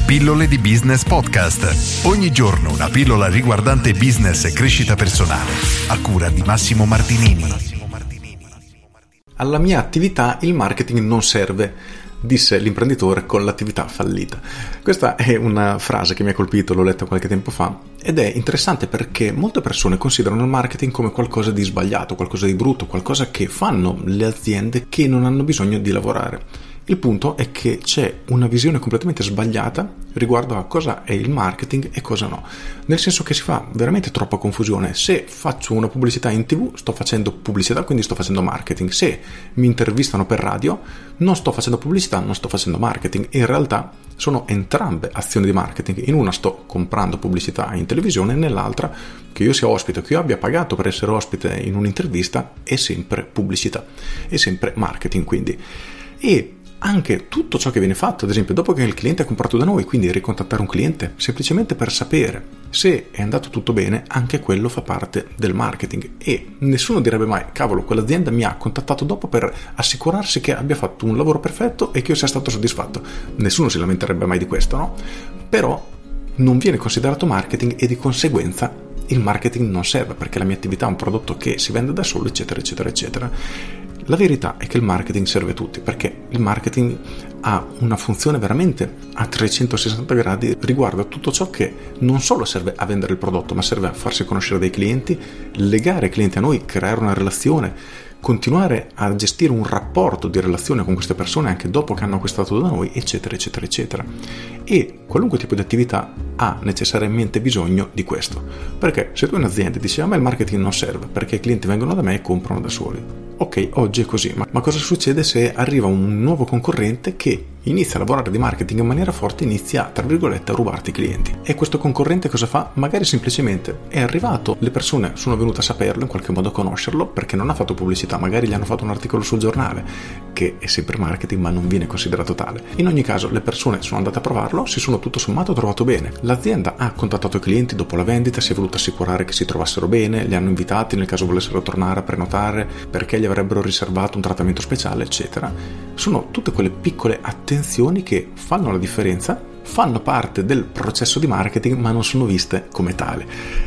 Pillole di Business Podcast. Ogni giorno una pillola riguardante business e crescita personale. A cura di Massimo Martinini. Alla mia attività il marketing non serve, disse l'imprenditore con l'attività fallita. Questa è una frase che mi ha colpito, l'ho letta qualche tempo fa, ed è interessante perché molte persone considerano il marketing come qualcosa di sbagliato, qualcosa di brutto, qualcosa che fanno le aziende che non hanno bisogno di lavorare. Il punto è che c'è una visione completamente sbagliata riguardo a cosa è il marketing e cosa no, nel senso che si fa veramente troppa confusione. Se faccio una pubblicità in TV sto facendo pubblicità, quindi sto facendo marketing. Se mi intervistano per radio non sto facendo pubblicità, non sto facendo marketing. In realtà sono entrambe azioni di marketing. In una sto comprando pubblicità in televisione, nell'altra, che io sia ospite o che io abbia pagato per essere ospite in un'intervista, è sempre pubblicità, è sempre marketing quindi. E anche tutto ciò che viene fatto, ad esempio dopo che il cliente ha comprato da noi, quindi ricontattare un cliente semplicemente per sapere se è andato tutto bene, anche quello fa parte del marketing. E nessuno direbbe mai: cavolo, quell'azienda mi ha contattato dopo per assicurarsi che abbia fatto un lavoro perfetto e che io sia stato soddisfatto. Nessuno si lamenterebbe mai di questo, no? Però non viene considerato marketing e di conseguenza il marketing non serve, perché la mia attività è un prodotto che si vende da solo, eccetera eccetera eccetera. La verità è che il marketing serve a tutti, perché il marketing ha una funzione veramente a 360 gradi riguardo a tutto ciò che non solo serve a vendere il prodotto, ma serve a farsi conoscere dai clienti, legare i clienti a noi, creare una relazione, continuare a gestire un rapporto di relazione con queste persone anche dopo che hanno acquistato da noi, eccetera eccetera eccetera. E qualunque tipo di attività ha necessariamente bisogno di questo, perché se tu in azienda dici: a me il marketing non serve perché i clienti vengono da me e comprano da soli. Ok, oggi è così, ma cosa succede se arriva un nuovo concorrente che inizia a lavorare di marketing in maniera forte, inizia, tra virgolette, a rubarti i clienti? E questo concorrente cosa fa? Magari semplicemente è arrivato, le persone sono venute a saperlo, in qualche modo a conoscerlo, perché non ha fatto pubblicità, magari gli hanno fatto un articolo sul giornale, che è sempre marketing ma non viene considerato tale. In ogni caso le persone sono andate a provarlo, si sono tutto sommato trovato bene. L'azienda ha contattato i clienti dopo la vendita, si è voluta assicurare che si trovassero bene, li hanno invitati nel caso volessero tornare a prenotare, perché gli avrebbero riservato un trattamento speciale, eccetera. Sono tutte quelle piccole attenzioni che fanno la differenza, fanno parte del processo di marketing, ma non sono viste come tale.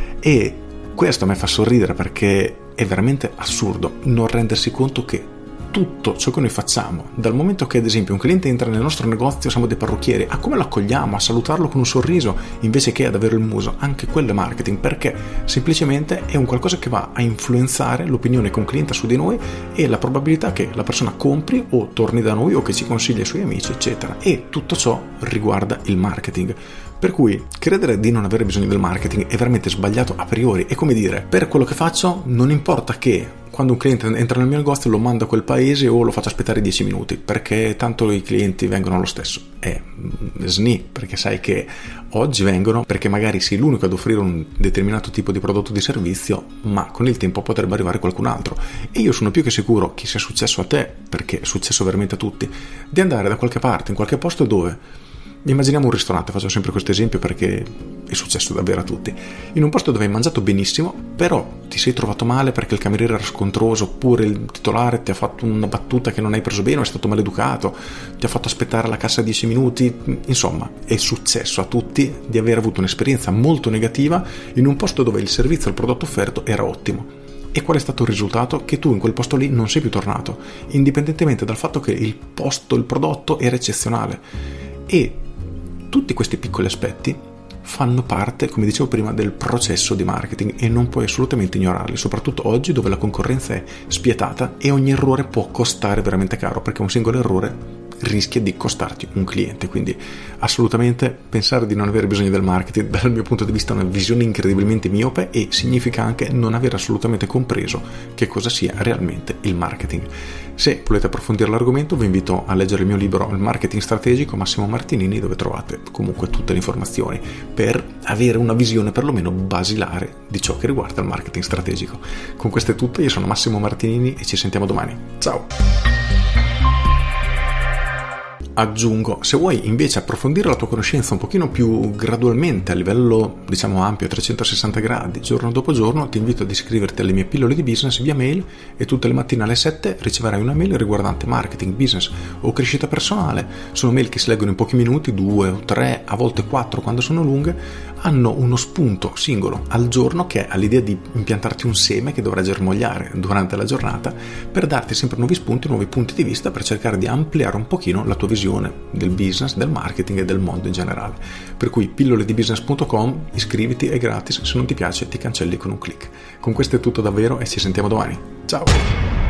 E questo a me fa sorridere, perché è veramente assurdo non rendersi conto che tutto ciò che noi facciamo, dal momento che ad esempio un cliente entra nel nostro negozio, siamo dei parrucchieri, a come lo accogliamo, a salutarlo con un sorriso invece che ad avere il muso, anche quello è marketing, perché semplicemente è un qualcosa che va a influenzare l'opinione che un cliente ha su di noi e la probabilità che la persona compri o torni da noi o che ci consigli ai suoi amici, eccetera. E tutto ciò riguarda il marketing. Per cui credere di non avere bisogno del marketing è veramente sbagliato a priori. È come dire: per quello che faccio non importa che quando un cliente entra nel mio negozio lo mando a quel paese o lo faccio aspettare 10 minuti, perché tanto i clienti vengono lo stesso. Sni, perché sai che oggi vengono perché magari sei l'unico ad offrire un determinato tipo di prodotto o di servizio, ma con il tempo potrebbe arrivare qualcun altro. E io sono più che sicuro che sia successo a te, perché è successo veramente a tutti, di andare da qualche parte, in qualche posto dove... Immaginiamo un ristorante, faccio sempre questo esempio perché è successo davvero a tutti. In un posto dove hai mangiato benissimo, però ti sei trovato male perché il cameriere era scontroso, oppure il titolare ti ha fatto una battuta che non hai preso bene o è stato maleducato, ti ha fatto aspettare alla cassa 10 minuti. Insomma, è successo a tutti di aver avuto un'esperienza molto negativa in un posto dove il servizio e il prodotto offerto era ottimo. E qual è stato il risultato? Che tu in quel posto lì non sei più tornato, indipendentemente dal fatto che il posto, il prodotto era eccezionale. E tutti questi piccoli aspetti fanno parte, come dicevo prima, del processo di marketing e non puoi assolutamente ignorarli, soprattutto oggi dove la concorrenza è spietata e ogni errore può costare veramente caro, perché un singolo errore rischia di costarti un cliente. Quindi assolutamente pensare di non avere bisogno del marketing dal mio punto di vista è una visione incredibilmente miope e significa anche non aver assolutamente compreso che cosa sia realmente il marketing. Se volete approfondire l'argomento vi invito a leggere il mio libro Il marketing strategico, Massimo Martinini, dove trovate comunque tutte le informazioni per avere una visione perlomeno basilare di ciò che riguarda il marketing strategico. Con questo è tutto, io sono Massimo Martinini e ci sentiamo domani. Ciao! aggiungo, se vuoi invece approfondire la tua conoscenza un pochino più gradualmente a livello diciamo ampio, 360 gradi, giorno dopo giorno, ti invito ad iscriverti alle mie pillole di business via mail e tutte le mattine alle 7 riceverai una mail riguardante marketing, business o crescita personale. Sono mail che si leggono in pochi minuti, 2 o 3, a volte 4 quando sono lunghe, hanno uno spunto singolo al giorno che ha l'idea di impiantarti un seme che dovrà germogliare durante la giornata per darti sempre nuovi spunti, nuovi punti di vista per cercare di ampliare un pochino la tua visione del business, del marketing e del mondo in generale. Per cui pilloledibusiness.com, iscriviti, è gratis, se non ti piace ti cancelli con un click. Con questo è tutto davvero e ci sentiamo domani. Ciao!